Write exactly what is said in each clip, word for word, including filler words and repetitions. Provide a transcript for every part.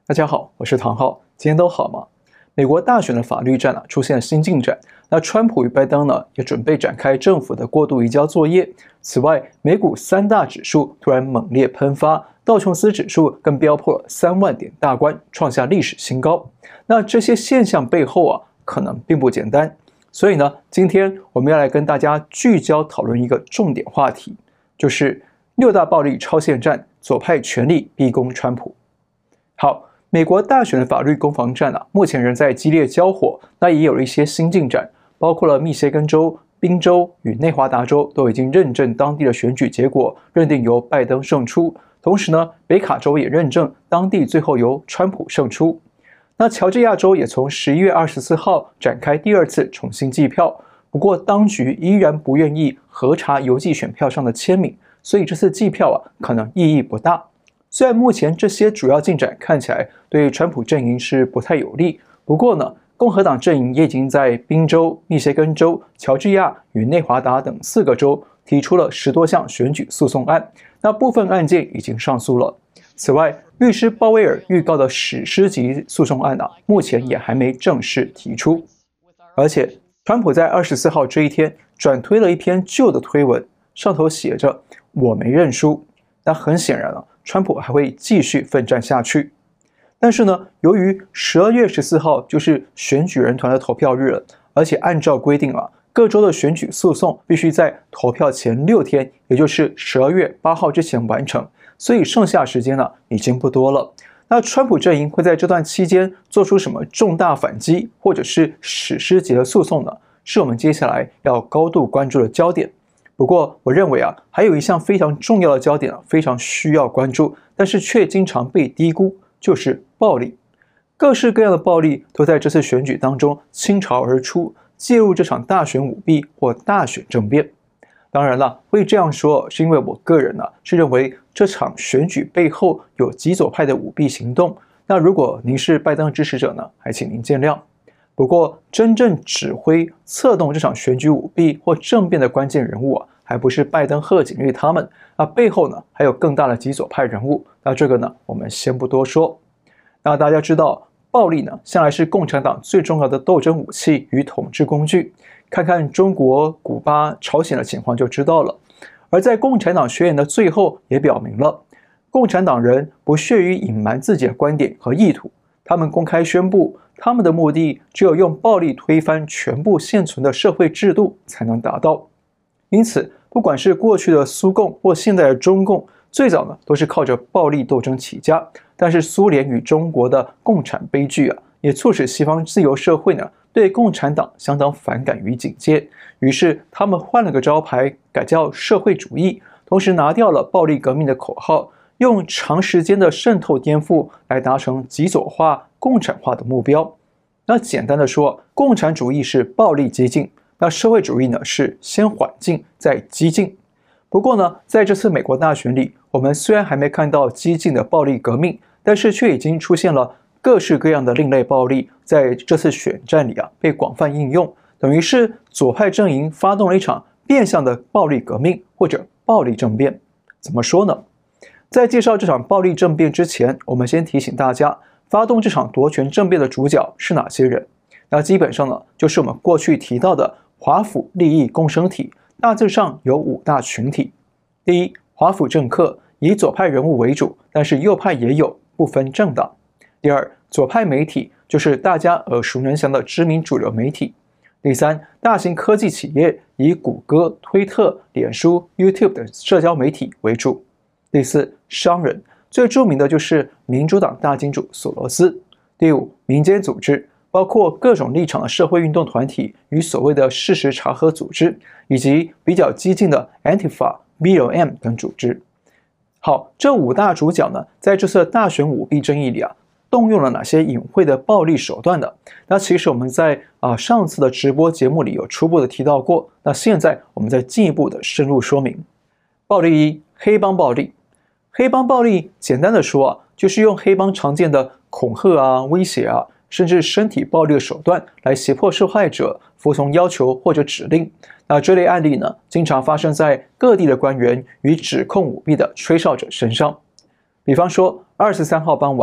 大家好，我是唐浩，今天都好吗？美国大选的法律战啊出现了新进展，那川普与拜登呢也准备展开政府的过渡移交作业。此外，美股三大指数突然猛烈喷发，道琼斯指数更飙破了三万点大关，创下历史新高。那这些现象背后啊，可能并不简单。所以呢，今天我们要来跟大家聚焦讨论一个重点话题，就是六大暴力超限战，左派全力逼宫川普。好。美国大选的法律攻防战啊，目前仍在激烈交火，那也有了一些新进展，包括了密歇根州、宾州与内华达州都已经认证当地的选举结果，认定由拜登胜出。同时呢，北卡州也认证当地最后由川普胜出。那乔治亚州也从十一月二十四号展开第二次重新计票，不过当局依然不愿意核查邮寄选票上的签名，所以这次计票啊，可能意义不大。虽然目前这些主要进展看起来对川普阵营是不太有利，不过呢，共和党阵营也已经在宾州、密歇根州、乔治亚与内华达等四个州提出了十多项选举诉讼案，那部分案件已经上诉了。此外，律师鲍威尔预告的史诗级诉讼案啊，目前也还没正式提出。而且，川普在二十四号这一天转推了一篇旧的推文，上头写着“我没认输”，那很显然啊。川普还会继续奋战下去，但是呢，由于十二月十四号就是选举人团的投票日了，而且按照规定啊，各州的选举诉讼必须在投票前六天，也就是十二月八号之前完成，所以剩下时间呢已经不多了。那川普阵营会在这段期间做出什么重大反击，或者是史诗级的诉讼呢？是我们接下来要高度关注的焦点。不过，我认为啊，还有一项非常重要的焦点啊，非常需要关注，但是却经常被低估，就是暴力。各式各样的暴力都在这次选举当中倾巢而出，介入这场大选舞弊或大选政变。当然了，会这样说是因为我个人呢、啊、是认为这场选举背后有极左派的舞弊行动。那如果您是拜登支持者呢，还请您见谅。不过，真正指挥策动这场选举舞弊或政变的关键人物啊，还不是拜登、贺锦丽他们啊，背后呢还有更大的极左派人物。那这个呢，我们先不多说。那大家知道，暴力呢向来是共产党最重要的斗争武器与统治工具。看看中国、古巴、朝鲜的情况就知道了。而在共产党宣言的最后也表明了，共产党人不屑于隐瞒自己的观点和意图，他们公开宣布。他们的目的只有用暴力推翻全部现存的社会制度才能达到。因此，不管是过去的苏共或现在的中共，最早呢都是靠着暴力斗争起家。但是苏联与中国的共产悲剧啊，也促使西方自由社会呢对共产党相当反感与警戒。于是他们换了个招牌，改叫社会主义，同时拿掉了暴力革命的口号，用长时间的渗透颠覆来达成极左化。共产化的目标。那简单的说，共产主义是暴力激进，那社会主义呢是先缓进再激进。不过呢，在这次美国大选里，我们虽然还没看到激进的暴力革命，但是却已经出现了各式各样的另类暴力，在这次选战里啊被广泛应用，等于是左派阵营发动了一场变相的暴力革命或者暴力政变。怎么说呢？在介绍这场暴力政变之前，我们先提醒大家。发动这场夺权政变的主角是哪些人？那基本上呢，就是我们过去提到的华府利益共生体，大致上有五大群体。第一，华府政客以左派人物为主，但是右派也有，不分政党。第二，左派媒体就是大家耳熟能详的知名主流媒体。第三，大型科技企业以谷歌、推特、脸书、YouTube 等社交媒体为主。第四，商人。最著名的就是民主党大金主索罗斯。第五，民间组织，包括各种立场的社会运动团体与所谓的事实查核组织，以及比较激进的 Antifa、B L M 等组织。好，这五大主角呢，在这次大选舞弊争议里啊，动用了哪些隐晦的暴力手段呢？那其实我们在啊上次的直播节目里有初步的提到过，那现在我们再进一步的深入说明。暴力一，黑帮暴力。黑帮暴力简单的说啊，就是用黑帮常见的恐吓啊、威胁啊，甚至身体暴力的手段来胁迫受害者服从要求或者指令。那这类案例呢，经常发生在各地的官员与指控舞弊的吹哨者身上。比方说，二十三号傍晚，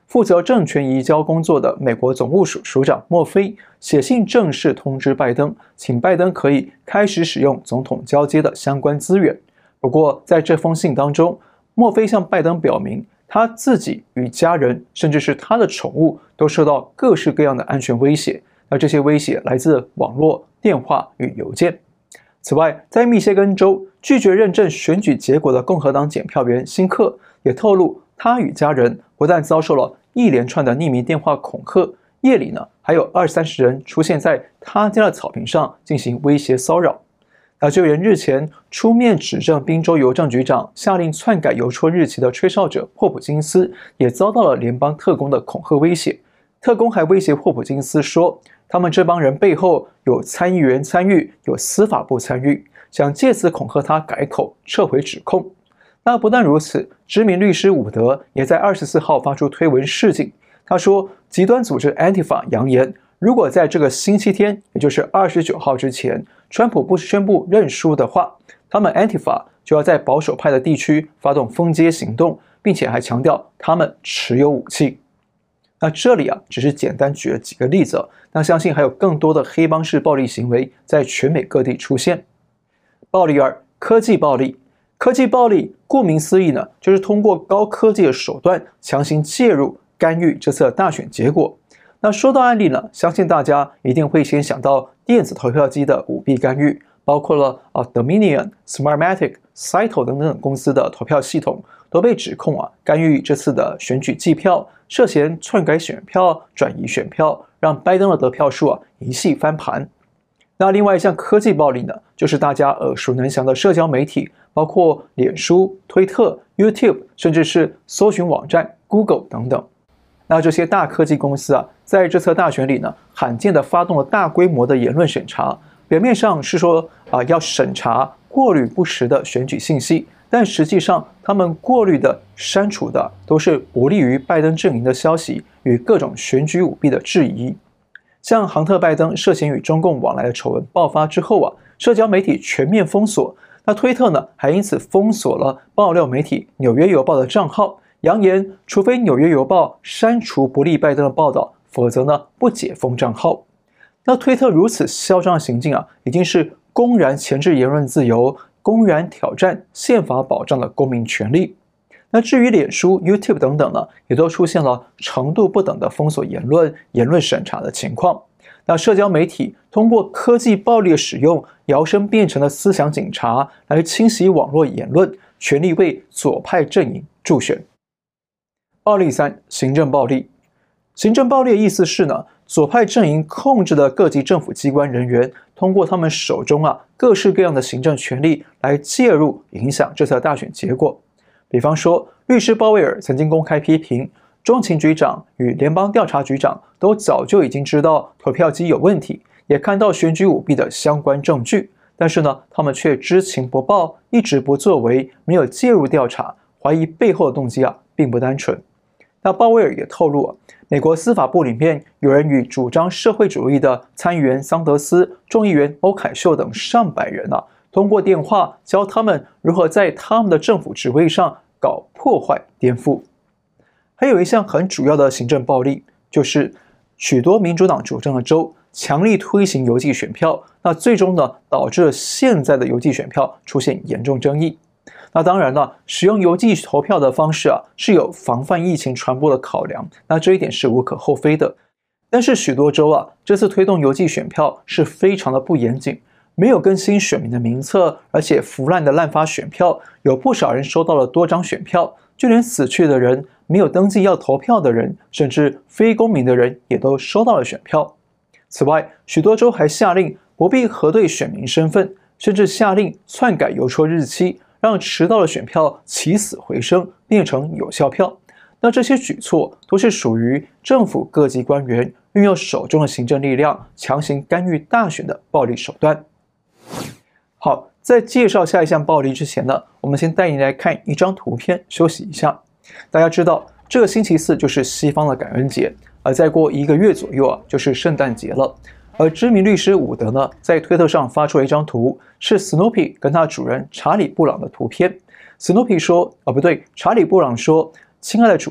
负责政权移交工作的美国总务署署长墨菲写信正式通知拜登，请拜登可以开始使用总统交接的相关资源。不过，在这封信当中，墨菲向拜登表明，他自己与家人，甚至是他的宠物，都受到各式各样的安全威胁。那这些威胁来自网络、电话与邮件。此外，在密歇根州拒绝认证选举结果的共和党检票员辛克也透露，他与家人不但遭受了一连串的匿名电话恐吓，夜里呢还有二三十人出现在他家的草坪上进行威胁骚扰。那就连日前出面指证宾州邮政局长下令篡改邮戳日期的吹哨者霍普金斯，也遭到了联邦特工的恐吓威胁。特工还威胁霍普金斯说，他们这帮人背后有参议员参与，有司法部参与，想借此恐吓他改口撤回指控。那不但如此，知名律师伍德也在二十四号发出推文示警。他说，极端组织 Antifa 扬言，如果在这个星期天，也就是二十九号之前，川普不宣布认输的话，他们 Antifa 就要在保守派的地区发动封街行动，并且还强调他们持有武器。那这里啊，只是简单举了几个例子，那相信还有更多的黑帮式暴力行为在全美各地出现。暴力二，科技暴力。科技暴力顾名思义呢，就是通过高科技的手段强行介入干预这次的大选结果。那说到案例呢，相信大家一定会先想到电子投票机的舞弊干预，包括了啊 Dominion、Smartmatic、Cyto 等等公司的投票系统都被指控啊干预这次的选举计票，涉嫌篡改选票、转移选票，让拜登的得票数啊一系翻盘。那另外一项科技暴力呢，就是大家耳熟能详的社交媒体，包括脸书、推特、YouTube， 甚至是搜寻网站 Google 等等。那这些大科技公司啊，在这次大选里呢，罕见的发动了大规模的言论审查。表面上是说啊、呃、要审查过滤不实的选举信息，但实际上他们过滤的、删除的都是不利于拜登阵营的消息与各种选举舞弊的质疑。像杭特·拜登涉嫌与中共往来的丑闻爆发之后啊，社交媒体全面封锁。那推特呢，还因此封锁了爆料媒体《纽约邮报》的账号，扬言除非《纽约邮报》删除不利拜登的报道，否则呢不解封账号。那推特如此嚣张的行径啊，已经是公然钳制言论自由，公然挑战宪法保障的公民权利。那至于脸书、YouTube 等等呢，也都出现了程度不等的封锁言论、言论审查的情况。那社交媒体通过科技暴力的使用，摇身变成了思想警察，来清洗网络言论，全力为左派阵营助选。暴力三，行政暴力。行政暴力的意思是呢，左派阵营控制的各级政府机关人员，通过他们手中啊各式各样的行政权力来介入影响这次大选结果。比方说，律师鲍威尔曾经公开批评，中情局长与联邦调查局长都早就已经知道投票机有问题，也看到选举舞弊的相关证据，但是呢，他们却知情不报，一直不作为，没有介入调查，怀疑背后的动机啊并不单纯。那鲍威尔也透露啊，美国司法部里面有人与主张社会主义的参议员桑德斯、众议员欧凯秀等上百人啊，通过电话教他们如何在他们的政府职位上搞破坏、颠覆。还有一项很主要的行政暴力，就是许多民主党主政的州强力推行邮寄选票，那最终呢，导致了现在的邮寄选票出现严重争议。那当然了，使用邮寄投票的方式啊，是有防范疫情传播的考量，那这一点是无可厚非的。但是许多州啊，这次推动邮寄选票是非常的不严谨，没有更新选民的名册，而且腐烂的滥发选票，有不少人收到了多张选票，就连死去的人、没有登记要投票的人，甚至非公民的人也都收到了选票。此外，许多州还下令不必核对选民身份，甚至下令篡改邮戳日期，让迟到的选票起死回生，变成有效票。那这些举措都是属于政府各级官员运用手中的行政力量强行干预大选的暴力手段。好，在介绍下一项暴力之前呢，我们先带你来看一张图片，休息一下。大家知道，这个星期四就是西方的感恩节，而再过一个月左右啊，就是圣诞节了。而知名律师伍德呢，在推特上发出了一张图，是 Snoopy 跟他主人查理布朗的图片。Snoopy 说，哦不对，查理布朗说，亲爱的主啊，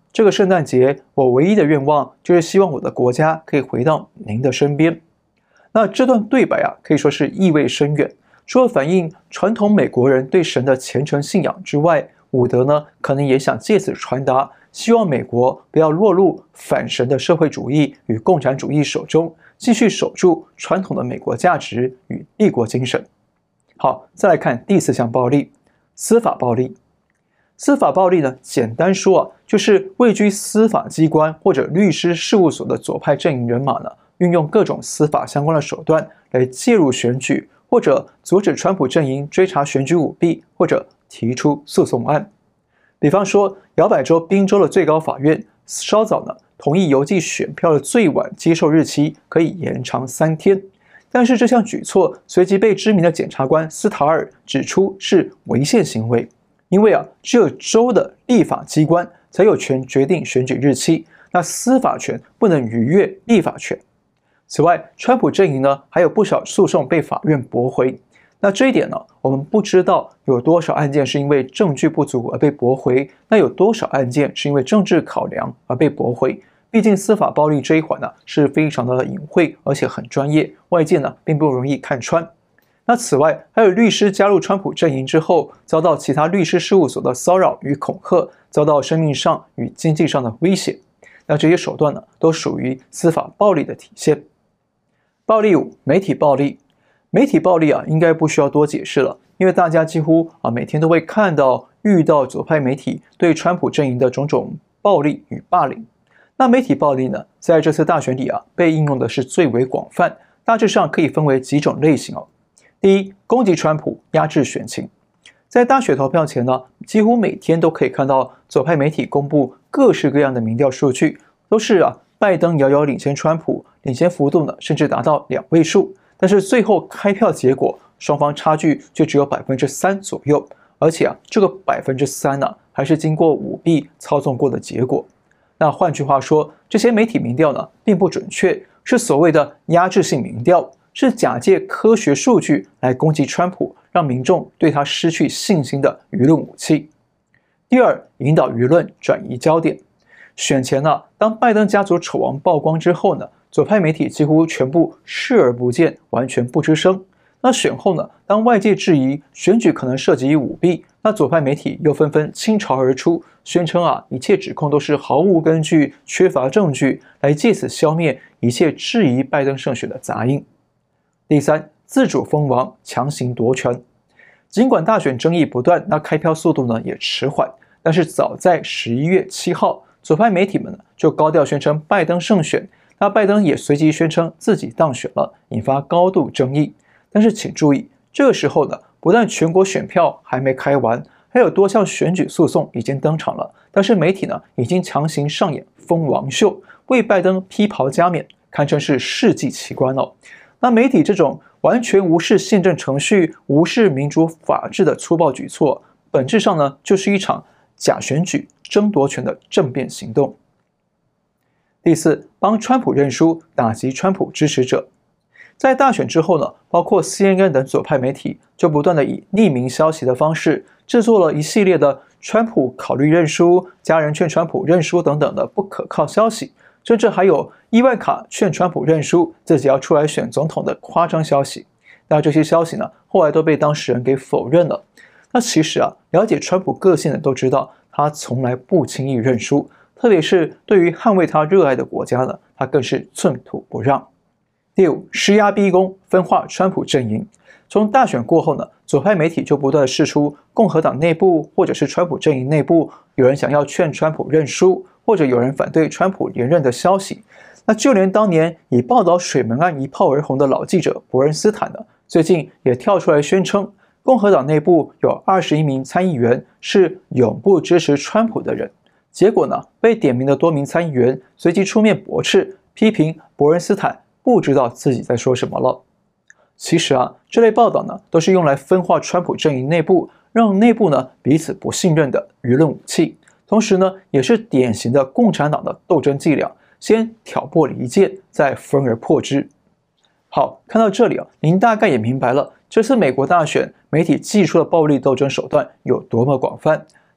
这个圣诞节我唯一的愿望就是希望我的国家可以回到您的身边。那这段对白啊，可以说是意味深远。除了反映传统美国人对神的虔诚信仰之外，伍德呢，可能也想借此传达，希望美国不要落入反神的社会主义与共产主义手中，继续守住传统的美国价值与立国精神。好，再来看第四项暴力，司法暴力。司法暴力呢，简单说啊，就是位居司法机关或者律师事务所的左派阵营人马呢，运用各种司法相关的手段来介入选举，或者阻止川普阵营追查选举舞弊，或者提出诉讼案。比方说，摇摆州宾州的最高法院稍早呢同意邮寄选票的最晚接受日期可以延长三天，但是这项举措随即被知名的检察官斯塔尔指出是违宪行为。因为啊，只有州的立法机关才有权决定选举日期，那司法权不能逾越立法权。此外，川普阵营呢还有不少诉讼被法院驳回。那这一点呢，我们不知道有多少案件是因为证据不足而被驳回，那有多少案件是因为政治考量而被驳回。毕竟司法暴力这一环呢是非常的隐晦，而且很专业，外界呢并不容易看穿。那此外，还有律师加入川普阵营之后，遭到其他律师事务所的骚扰与恐吓，遭到生命上与经济上的威胁。那这些手段呢，都属于司法暴力的体现。暴力五，媒体暴力。媒体暴力啊，应该不需要多解释了，因为大家几乎啊每天都会看到、遇到左派媒体对川普阵营的种种暴力与霸凌。那媒体暴力呢，在这次大选里啊，被应用的是最为广泛，大致上可以分为几种类型哦。第一，攻击川普，压制选情。在大选投票前呢，几乎每天都可以看到左派媒体公布各式各样的民调数据，都是啊拜登遥遥领先川普，领先幅度呢甚至达到两位数。但是最后开票结果，双方差距就只有百分之三左右，而且啊这个百分之三呢还是经过舞弊操纵过的结果。那换句话说，这些媒体民调呢并不准确，是所谓的压制性民调。是假借科学数据来攻击川普，让民众对他失去信心的舆论武器。第二，引导舆论转移焦点。选前呢、啊，当拜登家族丑闻曝光之后呢，左派媒体几乎全部视而不见，完全不吱声。那选后呢，当外界质疑选举可能涉及舞弊，那左派媒体又纷纷倾巢而出，宣称啊，一切指控都是毫无根据、缺乏证据，来借此消灭一切质疑拜登胜选的杂音。第三，自主封王，强行夺权。尽管大选争议不断，那开票速度呢也迟缓，但是早在十一月七号，左派媒体们呢就高调宣称拜登胜选，那拜登也随即宣称自己当选了，引发高度争议。但是请注意，这个时候呢，不但全国选票还没开完，还有多项选举诉讼已经登场了，但是媒体呢已经强行上演封王秀，为拜登披袍加冕，堪称是世纪奇观哦。那媒体这种完全无视宪政程序、无视民主法治的粗暴举措，本质上呢就是一场假选举、争夺权的政变行动。第四，帮川普认输，打击川普支持者。在大选之后呢，包括 C N N 等左派媒体就不断的以匿名消息的方式，制作了一系列的川普考虑认输、家人劝川普认输等等的不可靠消息。甚至还有伊万卡劝川普认输，自己要出来选总统的夸张消息。那这些消息呢，后来都被当事人给否认了。那其实啊，了解川普个性的都知道，他从来不轻易认输，特别是对于捍卫他热爱的国家呢，他更是寸土不让。第五，施压逼宫，分化川普阵营。从大选过后呢，左派媒体就不断的释出共和党内部或者是川普阵营内部有人想要劝川普认输，或者有人反对川普连任的消息。那就连当年以报道水门案一炮而红的老记者伯恩斯坦呢，最近也跳出来宣称，共和党内部有二十一名参议员是永不支持川普的人。结果呢，被点名的多名参议员随即出面驳斥，批评伯恩斯坦不知道自己在说什么了。其实啊，这类报道呢，都是用来分化川普阵营内部，让内部呢彼此不信任的舆论武器。同时呢，也是典型的共产党的斗争伎俩，先挑拨离间，再分而破之。好，看到这里啊，您大概也明白了这次美国大选媒体祭出的暴力斗争手段有多么广泛。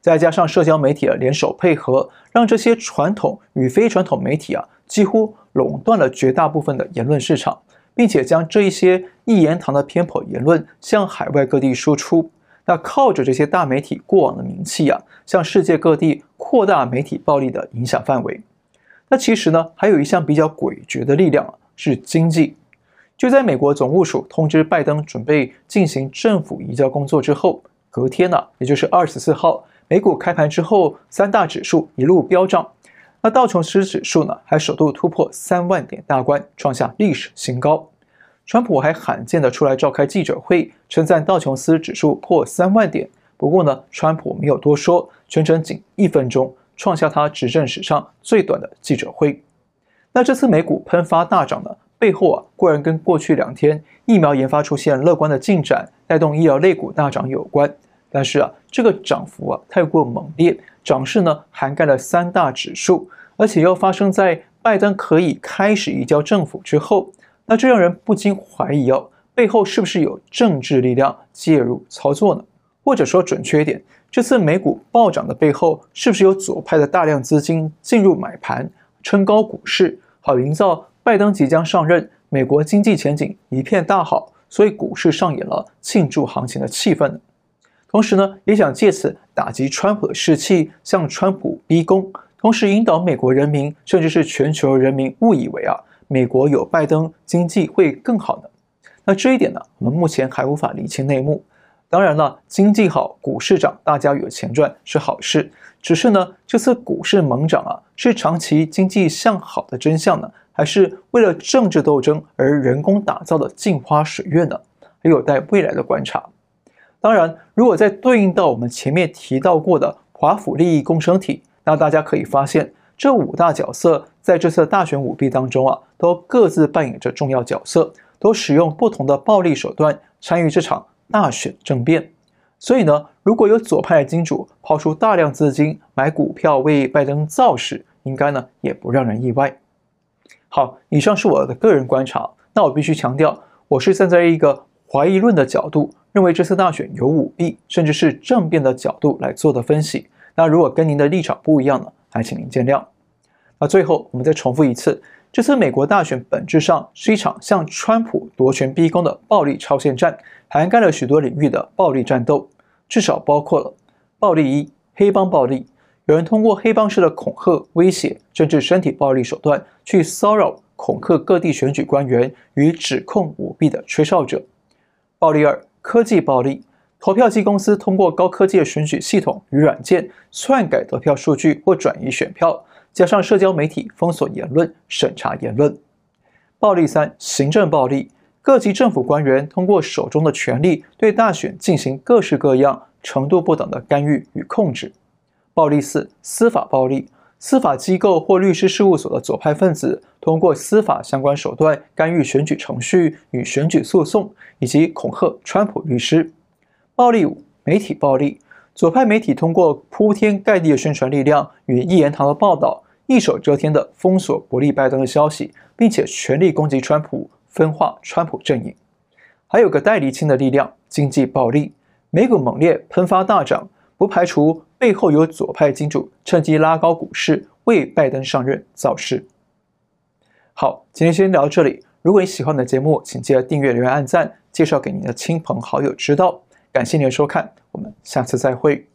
再加上社交媒体的联手配合，让这些传统与非传统媒体啊几乎垄断了绝大部分的言论市场，并且将这一些一言堂的偏颇言论向海外各地输出。那靠着这些大媒体过往的名气啊，向世界各地扩大媒体暴力的影响范围。那其实呢，还有一项比较诡谲的力量啊，是经济。就在美国总务署通知拜登准备进行政府移交工作之后，隔天呢、啊，也就是二十四号，美股开盘之后，三大指数一路飙涨。那道琼斯指数呢，还首度突破三万点大关，创下历史新高。川普还罕见的出来召开记者会，称赞道琼斯指数破三万点。不过呢，川普没有多说，全程仅一分钟，创下他执政史上最短的记者会。那这次美股喷发大涨呢，背后啊，固然跟过去两天疫苗研发出现乐观的进展，带动医疗类股大涨有关。但是啊，这个涨幅啊太过猛烈，涨势呢涵盖了三大指数，而且又发生在拜登可以开始移交政府之后。那这让人不禁怀疑哦，背后是不是有政治力量介入操作呢？或者说准确一点，这次美股暴涨的背后，是不是有左派的大量资金进入买盘，撑高股市，好营造拜登即将上任，美国经济前景一片大好，所以股市上演了庆祝行情的气氛呢？同时呢，也想借此打击川普的士气，向川普逼宫，同时引导美国人民，甚至是全球人民误以为啊，美国有拜登，经济会更好呢。那这一点呢，我们目前还无法理清内幕。当然了，经济好，股市涨，大家有钱赚是好事。只是呢，这次股市猛涨啊，是长期经济向好的真相呢，还是为了政治斗争而人工打造的镜花水月呢？还有待未来的观察。当然，如果再对应到我们前面提到过的华府利益共生体，那大家可以发现，这五大角色在这次大选舞弊当中啊，都各自扮演着重要角色，都使用不同的暴力手段参与这场大选政变。所以呢，如果有左派的金主抛出大量资金买股票为拜登造势，应该呢也不让人意外。好，以上是我的个人观察，那我必须强调，我是站在一个怀疑论的角度，认为这次大选有舞弊，甚至是政变的角度来做的分析。那如果跟您的立场不一样呢，还请您见谅。那最后我们再重复一次，这次美国大选本质上是一场向川普夺权逼宫的暴力超限战，涵盖了许多领域的暴力战斗，至少包括了暴力一，黑帮暴力，有人通过黑帮式的恐吓、威胁，甚至身体暴力手段去骚扰、恐吓各地选举官员与指控舞弊的吹哨者。暴力二，科技暴力，投票机公司通过高科技的选举系统与软件篡改得票数据或转移选票，加上社交媒体封锁言论、审查言论。暴力三，行政暴力，各级政府官员通过手中的权力对大选进行各式各样、程度不等的干预与控制。暴力四，司法暴力，司法机构或律师事务所的左派分子通过司法相关手段干预选举程序与选举诉讼，以及恐吓川普律师。暴力五，媒体暴力，左派媒体通过铺天盖地的宣传力量与一言堂的报道，一手遮天的封锁不利拜登的消息，并且全力攻击川普，分化川普阵营。还有个待厘清的力量，经济暴力，美股猛烈喷发大涨，不排除背后有左派金主趁机拉高股市，为拜登上任造势。好，今天先聊到这里。如果你喜欢我的节目，请记得订阅、留言、按赞，介绍给你的亲朋好友知道。感谢您的收看，我们下次再会。